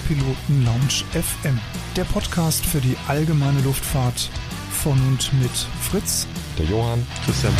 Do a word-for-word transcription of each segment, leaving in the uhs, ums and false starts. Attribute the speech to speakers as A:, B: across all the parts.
A: Privatpiloten Lounge F M, der Podcast für die allgemeine Luftfahrt von und mit Fritz,
B: der Johann, Christian.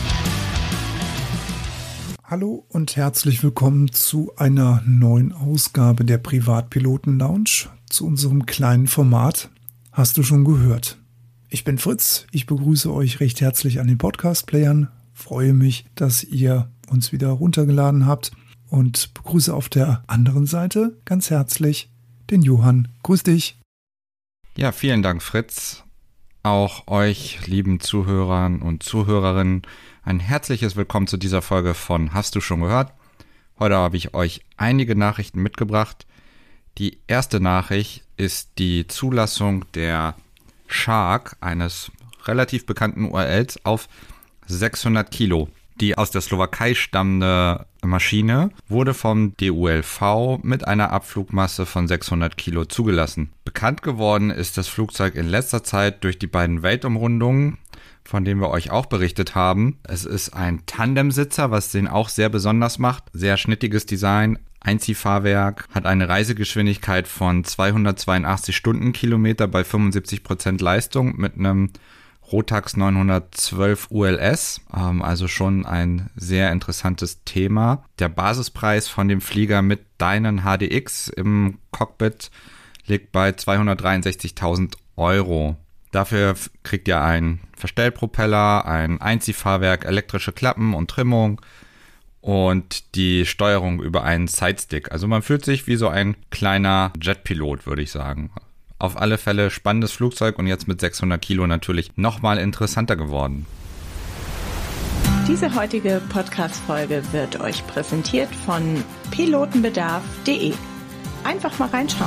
A: Hallo und herzlich willkommen zu einer neuen Ausgabe der Privatpiloten Lounge, zu unserem kleinen Format. Hast du schon gehört? Ich bin Fritz, ich begrüße euch recht herzlich an den Podcast-Playern, freue mich, dass ihr uns wieder runtergeladen habt und begrüße auf der anderen Seite ganz herzlich den Johann. Grüß dich.
C: Ja, vielen Dank, Fritz. Auch euch, lieben Zuhörern und Zuhörerinnen, ein herzliches Willkommen zu dieser Folge von Hast du schon gehört? Heute habe ich euch einige Nachrichten mitgebracht. Die erste Nachricht ist die Zulassung der Shark, eines relativ bekannten U R Ls, auf sechshundert Kilo. Die aus der Slowakei stammende Maschine wurde vom D U L V mit einer Abflugmasse von sechshundert Kilo zugelassen. Bekannt geworden ist das Flugzeug in letzter Zeit durch die beiden Weltumrundungen, von denen wir euch auch berichtet haben. Es ist ein Tandemsitzer, was den auch sehr besonders macht. Sehr schnittiges Design, Einziehfahrwerk, hat eine Reisegeschwindigkeit von zweihundertzweiundachtzig Stundenkilometer bei fünfundsiebzig Prozent Leistung mit einem Rotax neunhundertzwölf U L S, ähm, also schon ein sehr interessantes Thema. Der Basispreis von dem Flieger mit Dynon H D X im Cockpit liegt bei zweihundertdreiundsechzigtausend Euro. Dafür kriegt ihr einen Verstellpropeller, ein Einziehfahrwerk, elektrische Klappen und Trimmung und die Steuerung über einen Sidestick. Also man fühlt sich wie so ein kleiner Jetpilot, würde ich sagen. Auf alle Fälle spannendes Flugzeug und jetzt mit sechshundert Kilo natürlich nochmal interessanter geworden.
D: Diese heutige Podcast-Folge wird euch präsentiert von pilotenbedarf punkt de. Einfach mal reinschauen.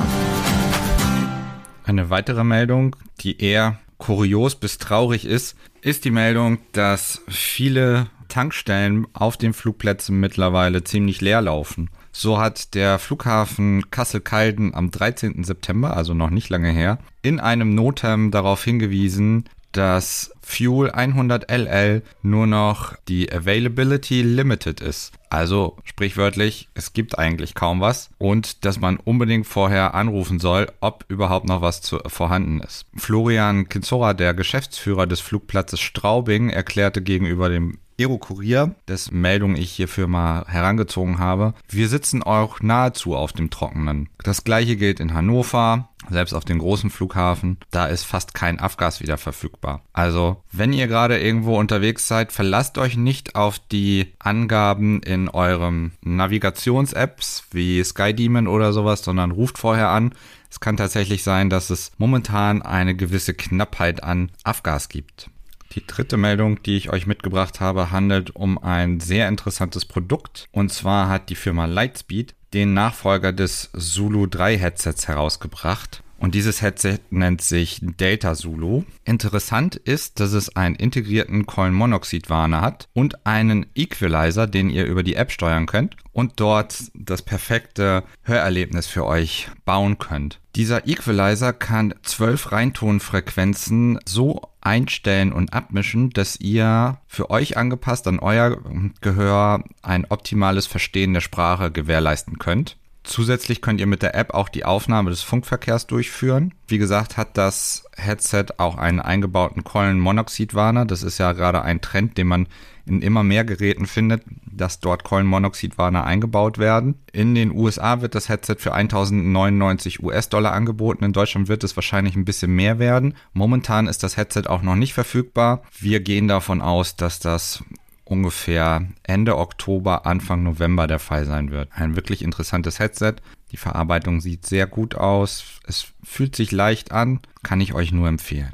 C: Eine weitere Meldung, die eher kurios bis traurig ist, ist die Meldung, dass viele Tankstellen auf den Flugplätzen mittlerweile ziemlich leer laufen. So hat der Flughafen Kassel-Calden am dreizehnten September, also noch nicht lange her, in einem Notem darauf hingewiesen, dass Fuel hundert L L nur noch die Availability Limited ist. Also sprichwörtlich, es gibt eigentlich kaum was und dass man unbedingt vorher anrufen soll, ob überhaupt noch was zu, vorhanden ist. Florian Kinzora, der Geschäftsführer des Flugplatzes Straubing, erklärte gegenüber dem Aero-Kurier, dessen Meldung ich hierfür mal herangezogen habe: Wir sitzen auch nahezu auf dem Trockenen. Das gleiche gilt in Hannover, selbst auf dem großen Flughafen, da ist fast kein Avgas wieder verfügbar. Also, wenn ihr gerade irgendwo unterwegs seid, verlasst euch nicht auf die Angaben in eurem Navigations-Apps wie SkyDemon oder sowas, sondern ruft vorher an. Es kann tatsächlich sein, dass es momentan eine gewisse Knappheit an Avgas gibt. Die dritte Meldung, die ich euch mitgebracht habe, handelt um ein sehr interessantes Produkt. Und zwar hat die Firma Lightspeed den Nachfolger des Zulu drei Headsets herausgebracht. Und dieses Headset nennt sich Delta Zulu. Interessant ist, dass es einen integrierten Kohlenmonoxidwarner hat und einen Equalizer, den ihr über die App steuern könnt und dort das perfekte Hörerlebnis für euch bauen könnt. Dieser Equalizer kann zwölf Reintonfrequenzen so einstellen und abmischen, dass ihr für euch angepasst an euer Gehör ein optimales Verstehen der Sprache gewährleisten könnt. Zusätzlich könnt ihr mit der App auch die Aufnahme des Funkverkehrs durchführen. Wie gesagt, hat das Headset auch einen eingebauten Kohlenmonoxidwarner. Das ist ja gerade ein Trend, den man in immer mehr Geräten findet, dass dort Kohlenmonoxidwarner eingebaut werden. In den U S A wird das Headset für eintausendneunundneunzig US-Dollar angeboten. In Deutschland wird es wahrscheinlich ein bisschen mehr werden. Momentan ist das Headset auch noch nicht verfügbar. Wir gehen davon aus, dass das ungefähr Ende Oktober, Anfang November der Fall sein wird. Ein wirklich interessantes Headset. Die Verarbeitung sieht sehr gut aus. Es fühlt sich leicht an. Kann ich euch nur empfehlen.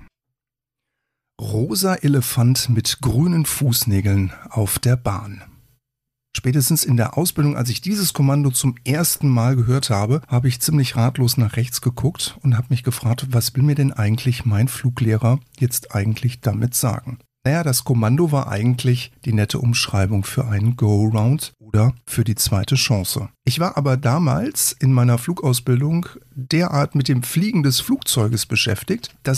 A: Rosa Elefant mit grünen Fußnägeln auf der Bahn. Spätestens in der Ausbildung, als ich dieses Kommando zum ersten Mal gehört habe, habe ich ziemlich ratlos nach rechts geguckt und habe mich gefragt, was will mir denn eigentlich mein Fluglehrer jetzt eigentlich damit sagen? Naja, das Kommando war eigentlich die nette Umschreibung für einen Go-Around oder für die zweite Chance. Ich war aber damals in meiner Flugausbildung derart mit dem Fliegen des Flugzeuges beschäftigt, dass ich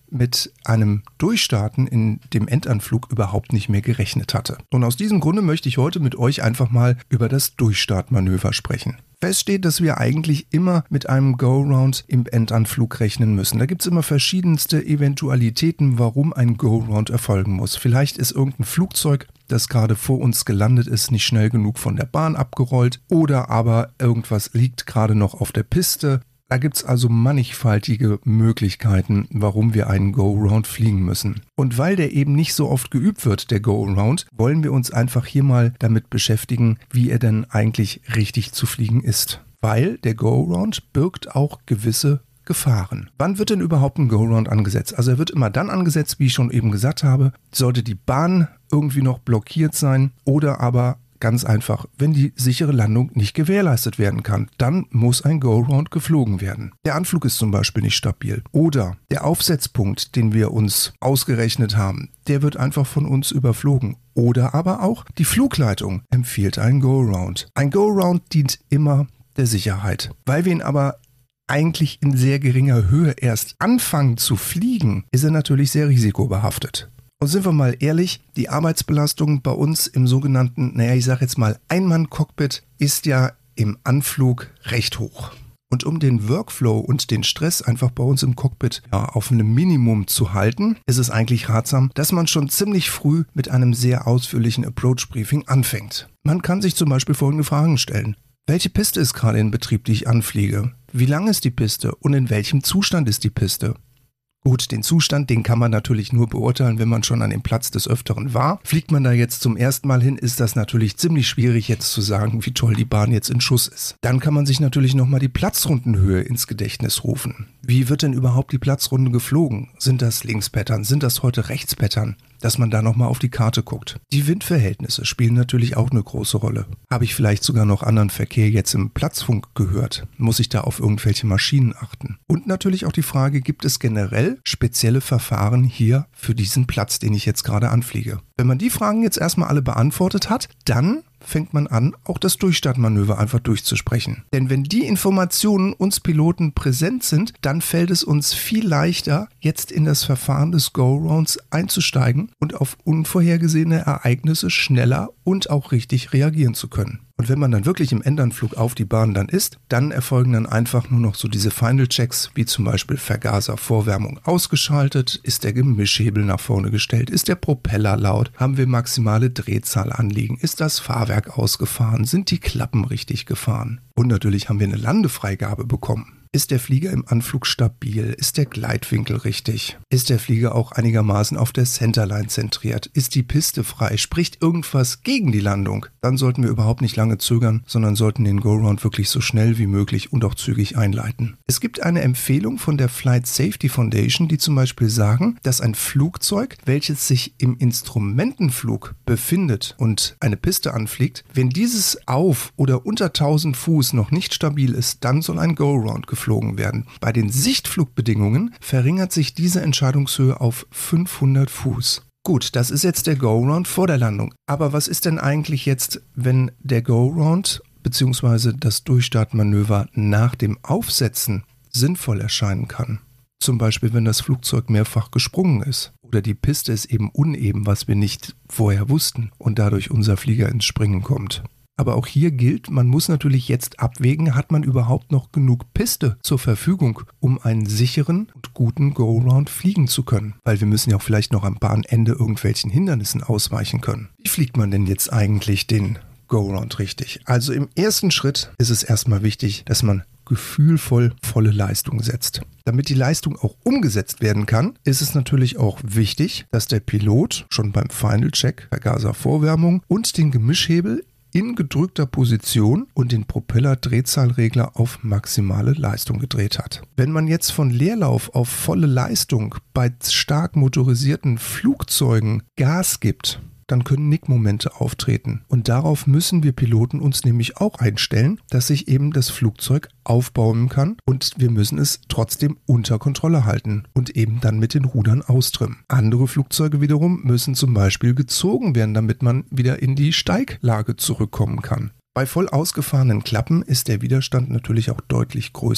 A: mit einem Durchstarten in dem Endanflug überhaupt nicht mehr gerechnet hatte. Und aus diesem Grunde möchte ich heute mit euch einfach mal über das Durchstartmanöver sprechen. Fest steht, dass wir eigentlich immer mit einem Go-Round im Endanflug rechnen müssen. Da gibt es immer verschiedenste Eventualitäten, warum ein Go-Round erfolgen muss. Vielleicht ist irgendein Flugzeug, das gerade vor uns gelandet ist, nicht schnell genug von der Bahn abgerollt oder aber irgendwas liegt gerade noch auf der Piste. Da gibt es also mannigfaltige Möglichkeiten, warum wir einen Go-Round fliegen müssen. Und weil der eben nicht so oft geübt wird, der Go-Round, wollen wir uns einfach hier mal damit beschäftigen, wie er denn eigentlich richtig zu fliegen ist. Weil der Go-Round birgt auch gewisse Gefahren. Wann wird denn überhaupt ein Go-Round angesetzt? Also er wird immer dann angesetzt, wie ich schon eben gesagt habe, sollte die Bahn irgendwie noch blockiert sein oder aber ganz einfach, wenn die sichere Landung nicht gewährleistet werden kann, dann muss ein Go-Round geflogen werden. Der Anflug ist zum Beispiel nicht stabil. Oder der Aufsetzpunkt, den wir uns ausgerechnet haben, der wird einfach von uns überflogen. Oder aber auch die Flugleitung empfiehlt einen Go-Round. Ein Go-Round dient immer der Sicherheit. Weil wir ihn aber eigentlich in sehr geringer Höhe erst anfangen zu fliegen, ist er natürlich sehr risikobehaftet. Und sind wir mal ehrlich, die Arbeitsbelastung bei uns im sogenannten, naja, ich sag jetzt mal Einmann-Cockpit, ist ja im Anflug recht hoch. Und um den Workflow und den Stress einfach bei uns im Cockpit ja, auf einem Minimum zu halten, ist es eigentlich ratsam, dass man schon ziemlich früh mit einem sehr ausführlichen Approach-Briefing anfängt. Man kann sich zum Beispiel folgende Fragen stellen. Welche Piste ist gerade in Betrieb, die ich anfliege? Wie lang ist die Piste und in welchem Zustand ist die Piste? Gut, den Zustand, den kann man natürlich nur beurteilen, wenn man schon an dem Platz des Öfteren war. Fliegt man da jetzt zum ersten Mal hin, ist das natürlich ziemlich schwierig jetzt zu sagen, wie toll die Bahn jetzt in Schuss ist. Dann kann man sich natürlich nochmal die Platzrundenhöhe ins Gedächtnis rufen. Wie wird denn überhaupt die Platzrunde geflogen? Sind das Linkspattern? Sind das heute Rechtspattern? Dass man da nochmal auf die Karte guckt. Die Windverhältnisse spielen natürlich auch eine große Rolle. Habe ich vielleicht sogar noch anderen Verkehr jetzt im Platzfunk gehört? Muss ich da auf irgendwelche Maschinen achten? Und natürlich auch die Frage, gibt es generell spezielle Verfahren hier für diesen Platz, den ich jetzt gerade anfliege? Wenn man die Fragen jetzt erstmal alle beantwortet hat, dann fängt man an, auch das Durchstartmanöver einfach durchzusprechen. Denn wenn die Informationen uns Piloten präsent sind, dann fällt es uns viel leichter, jetzt in das Verfahren des Go-Rounds einzusteigen und auf unvorhergesehene Ereignisse schneller und auch richtig reagieren zu können. Und wenn man dann wirklich im Endanflug auf die Bahn dann ist, dann erfolgen dann einfach nur noch so diese Final-Checks, wie zum Beispiel Vergaservorwärmung ausgeschaltet, ist der Gemischhebel nach vorne gestellt, ist der Propeller laut, haben wir maximale Drehzahl anliegen, ist das Fahrwerk ausgefahren, sind die Klappen richtig gefahren. Und natürlich haben wir eine Landefreigabe bekommen. Ist der Flieger im Anflug stabil? Ist der Gleitwinkel richtig? Ist der Flieger auch einigermaßen auf der Centerline zentriert? Ist die Piste frei? Spricht irgendwas gegen die Landung? Dann sollten wir überhaupt nicht lange zögern, sondern sollten den Go-Round wirklich so schnell wie möglich und auch zügig einleiten. Es gibt eine Empfehlung von der Flight Safety Foundation, die zum Beispiel sagen, dass ein Flugzeug, welches sich im Instrumentenflug befindet und eine Piste anfliegt, wenn dieses auf oder unter tausend Fuß noch nicht stabil ist, dann soll ein Go-Round geflogen werden. Bei den Sichtflugbedingungen verringert sich diese Entscheidungshöhe auf fünfhundert Fuß. Gut, das ist jetzt der Go-Round vor der Landung. Aber was ist denn eigentlich jetzt, wenn der Go-Round bzw. das Durchstartmanöver nach dem Aufsetzen sinnvoll erscheinen kann? Zum Beispiel, wenn das Flugzeug mehrfach gesprungen ist oder die Piste ist eben uneben, was wir nicht vorher wussten und dadurch unser Flieger ins Springen kommt. Aber auch hier gilt, man muss natürlich jetzt abwägen, hat man überhaupt noch genug Piste zur Verfügung, um einen sicheren und guten Go-Round fliegen zu können. Weil wir müssen ja auch vielleicht noch am Bahnende irgendwelchen Hindernissen ausweichen können. Wie fliegt man denn jetzt eigentlich den Go-Round richtig? Also im ersten Schritt ist es erstmal wichtig, dass man gefühlvoll volle Leistung setzt. Damit die Leistung auch umgesetzt werden kann, ist es natürlich auch wichtig, dass der Pilot schon beim Final Check, Vergaservorwärmung und den Gemischhebel in gedrückter Position und den Propeller-Drehzahlregler auf maximale Leistung gedreht hat. Wenn man jetzt von Leerlauf auf volle Leistung bei stark motorisierten Flugzeugen Gas gibt, dann können Nickmomente auftreten. Und darauf müssen wir Piloten uns nämlich auch einstellen, dass sich eben das Flugzeug aufbauen kann und wir müssen es trotzdem unter Kontrolle halten und eben dann mit den Rudern austrimmen. Andere Flugzeuge wiederum müssen zum Beispiel gezogen werden, damit man wieder in die Steiglage zurückkommen kann. Bei voll ausgefahrenen Klappen ist der Widerstand natürlich auch deutlich größer.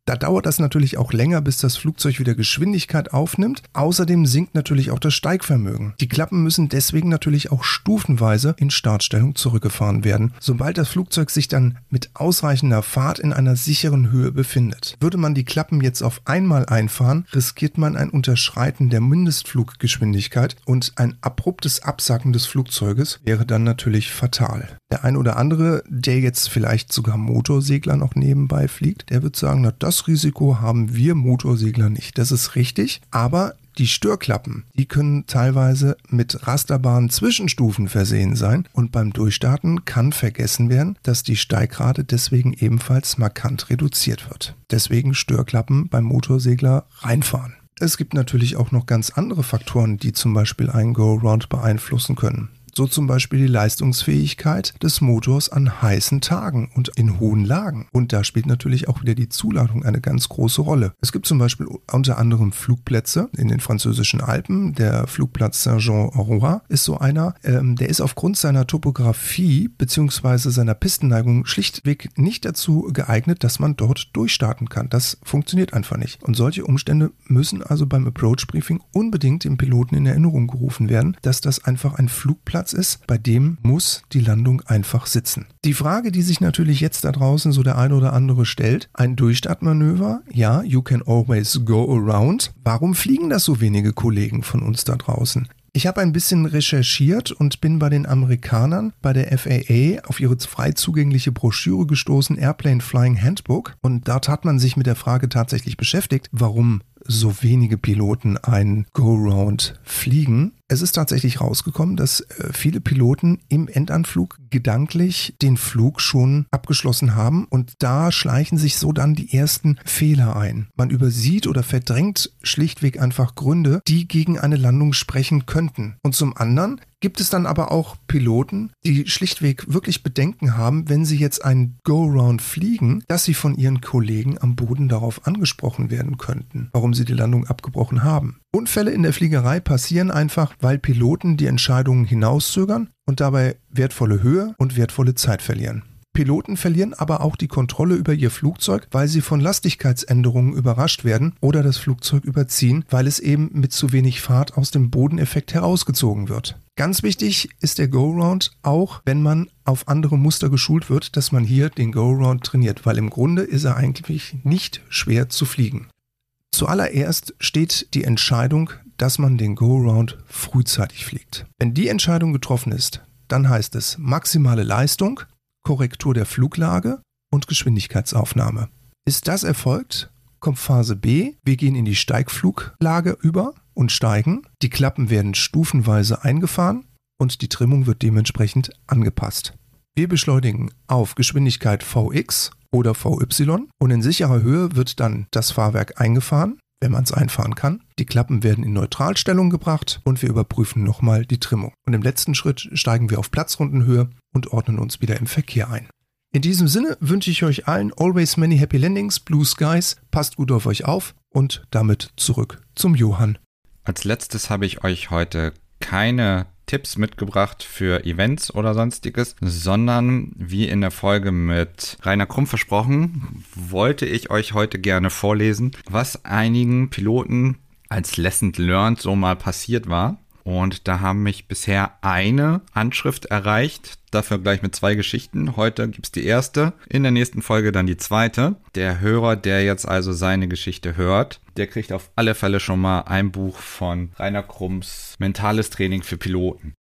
A: Da dauert das natürlich auch länger, bis das Flugzeug wieder Geschwindigkeit aufnimmt. Außerdem sinkt natürlich auch das Steigvermögen. Die Klappen müssen deswegen natürlich auch stufenweise in Startstellung zurückgefahren werden, sobald das Flugzeug sich dann mit ausreichender Fahrt in einer sicheren Höhe befindet. Würde man die Klappen jetzt auf einmal einfahren, riskiert man ein Unterschreiten der Mindestfluggeschwindigkeit und ein abruptes Absacken des Flugzeuges wäre dann natürlich fatal. Der ein oder andere, der jetzt vielleicht sogar Motorsegler noch nebenbei fliegt, der wird sagen, na, das Risiko haben wir Motorsegler nicht. Das ist richtig, aber die Störklappen, die können teilweise mit rasterbaren Zwischenstufen versehen sein und beim Durchstarten kann vergessen werden, dass die Steigrate deswegen ebenfalls markant reduziert wird. Deswegen Störklappen beim Motorsegler reinfahren. Es gibt natürlich auch noch ganz andere Faktoren, die zum Beispiel einen Go-Around beeinflussen können. So zum Beispiel die Leistungsfähigkeit des Motors an heißen Tagen und in hohen Lagen. Und da spielt natürlich auch wieder die Zuladung eine ganz große Rolle. Es gibt zum Beispiel unter anderem Flugplätze in den französischen Alpen. Der Flugplatz Saint-Jean-en-Roi ist so einer. Ähm, der ist aufgrund seiner Topografie bzw. seiner Pistenneigung schlichtweg nicht dazu geeignet, dass man dort durchstarten kann. Das funktioniert einfach nicht. Und solche Umstände müssen also beim Approach-Briefing unbedingt dem Piloten in Erinnerung gerufen werden, dass das einfach ein Flugplatz ist, bei dem muss die Landung einfach sitzen. Die Frage, die sich natürlich jetzt da draußen so der eine oder andere stellt, ein Durchstartmanöver, ja, you can always go around. Warum fliegen das so wenige Kollegen von uns da draußen? Ich habe ein bisschen recherchiert und bin bei den Amerikanern, bei der F A A, auf ihre frei zugängliche Broschüre gestoßen, Airplane Flying Handbook. Und dort hat man sich mit der Frage tatsächlich beschäftigt, warum so wenige Piloten ein Go-Round fliegen. Es ist tatsächlich rausgekommen, dass viele Piloten im Endanflug gedanklich den Flug schon abgeschlossen haben und da schleichen sich so dann die ersten Fehler ein. Man übersieht oder verdrängt schlichtweg einfach Gründe, die gegen eine Landung sprechen könnten. Und zum anderen gibt es dann aber auch Piloten, die schlichtweg wirklich Bedenken haben, wenn sie jetzt einen Go-Round fliegen, dass sie von ihren Kollegen am Boden darauf angesprochen werden könnten, warum sie die Landung abgebrochen haben. Unfälle in der Fliegerei passieren einfach, weil Piloten die Entscheidungen hinauszögern und dabei wertvolle Höhe und wertvolle Zeit verlieren. Piloten verlieren aber auch die Kontrolle über ihr Flugzeug, weil sie von Lastigkeitsänderungen überrascht werden oder das Flugzeug überziehen, weil es eben mit zu wenig Fahrt aus dem Bodeneffekt herausgezogen wird. Ganz wichtig ist der Go-Round auch, wenn man auf andere Muster geschult wird, dass man hier den Go-Round trainiert, weil im Grunde ist er eigentlich nicht schwer zu fliegen. Zuallererst steht die Entscheidung, dass man den Go-Round frühzeitig fliegt. Wenn die Entscheidung getroffen ist, dann heißt es maximale Leistung, Korrektur der Fluglage und Geschwindigkeitsaufnahme. Ist das erfolgt, kommt Phase B. Wir gehen in die Steigfluglage über und steigen. Die Klappen werden stufenweise eingefahren und die Trimmung wird dementsprechend angepasst. Wir beschleunigen auf Geschwindigkeit V X oder V Y und in sicherer Höhe wird dann das Fahrwerk eingefahren, wenn man es einfahren kann. Die Klappen werden in Neutralstellung gebracht und wir überprüfen nochmal die Trimmung. Und im letzten Schritt steigen wir auf Platzrundenhöhe und ordnen uns wieder im Verkehr ein. In diesem Sinne wünsche ich euch allen always many happy landings, blue skies, passt gut auf euch auf und damit zurück zum Johann.
C: Als letztes habe ich euch heute keine Tipps mitgebracht für Events oder sonstiges, sondern wie in der Folge mit Rainer Krumm versprochen, wollte ich euch heute gerne vorlesen, was einigen Piloten als Lesson Learned so mal passiert war. Und da haben mich bisher eine Anschrift erreicht, dafür gleich mit zwei Geschichten. Heute gibt es die erste, in der nächsten Folge dann die zweite. Der Hörer, der jetzt also seine Geschichte hört, der kriegt auf alle Fälle schon mal ein Buch von Rainer Krumms Mentales Training für Piloten.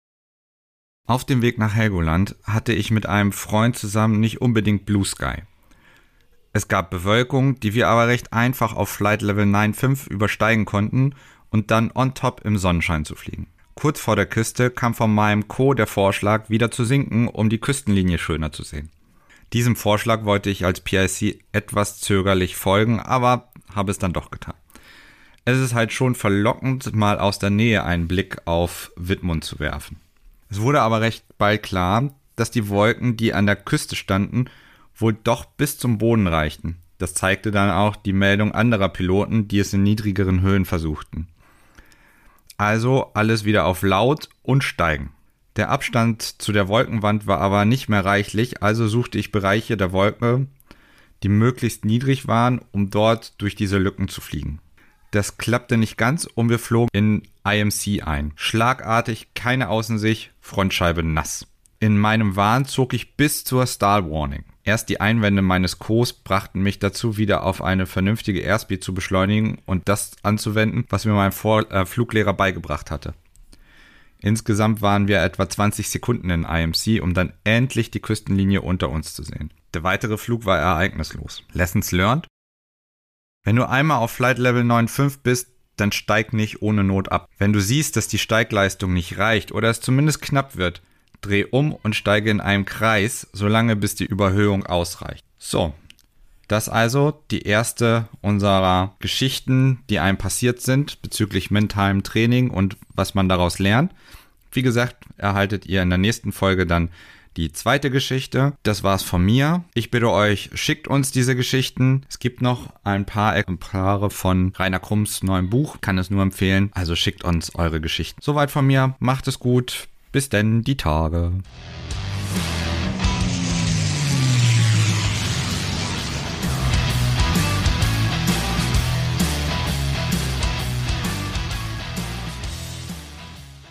C: Auf dem Weg nach Helgoland hatte ich mit einem Freund zusammen nicht unbedingt Blue Sky. Es gab Bewölkung, die wir aber recht einfach auf Flight Level neun Komma fünf übersteigen konnten und dann on top im Sonnenschein zu fliegen. Kurz vor der Küste kam von meinem Co. der Vorschlag, wieder zu sinken, um die Küstenlinie schöner zu sehen. Diesem Vorschlag wollte ich als P I C etwas zögerlich folgen, aber habe es dann doch getan. Es ist halt schon verlockend, mal aus der Nähe einen Blick auf Wittmund zu werfen. Es wurde aber recht bald klar, dass die Wolken, die an der Küste standen, wohl doch bis zum Boden reichten. Das zeigte dann auch die Meldung anderer Piloten, die es in niedrigeren Höhen versuchten. Also alles wieder auf laut und steigen. Der Abstand zu der Wolkenwand war aber nicht mehr reichlich, also suchte ich Bereiche der Wolke, die möglichst niedrig waren, um dort durch diese Lücken zu fliegen. Das klappte nicht ganz und wir flogen in I M C ein. Schlagartig, keine Außensicht, Frontscheibe nass. In meinem Wahn zog ich bis zur Stall Warning. Erst die Einwände meines Co.s brachten mich dazu, wieder auf eine vernünftige Airspeed zu beschleunigen und das anzuwenden, was mir mein Vor- äh, Fluglehrer beigebracht hatte. Insgesamt waren wir etwa zwanzig Sekunden in I M C, um dann endlich die Küstenlinie unter uns zu sehen. Der weitere Flug war ereignislos. Lessons learned? Wenn du einmal auf Flight Level neun Komma fünf bist, dann steig nicht ohne Not ab. Wenn du siehst, dass die Steigleistung nicht reicht oder es zumindest knapp wird, dreh um und steige in einem Kreis, solange bis die Überhöhung ausreicht. So, das also die erste unserer Geschichten, die einem passiert sind, bezüglich mentalem Training und was man daraus lernt. Wie gesagt, erhaltet ihr in der nächsten Folge dann die zweite Geschichte. Das war's von mir. Ich bitte euch, schickt uns diese Geschichten. Es gibt noch ein paar Exemplare von Rainer Krumms neuem Buch. Kann es nur empfehlen. Also schickt uns eure Geschichten. Soweit von mir. Macht es gut. Bis denn, die Tage.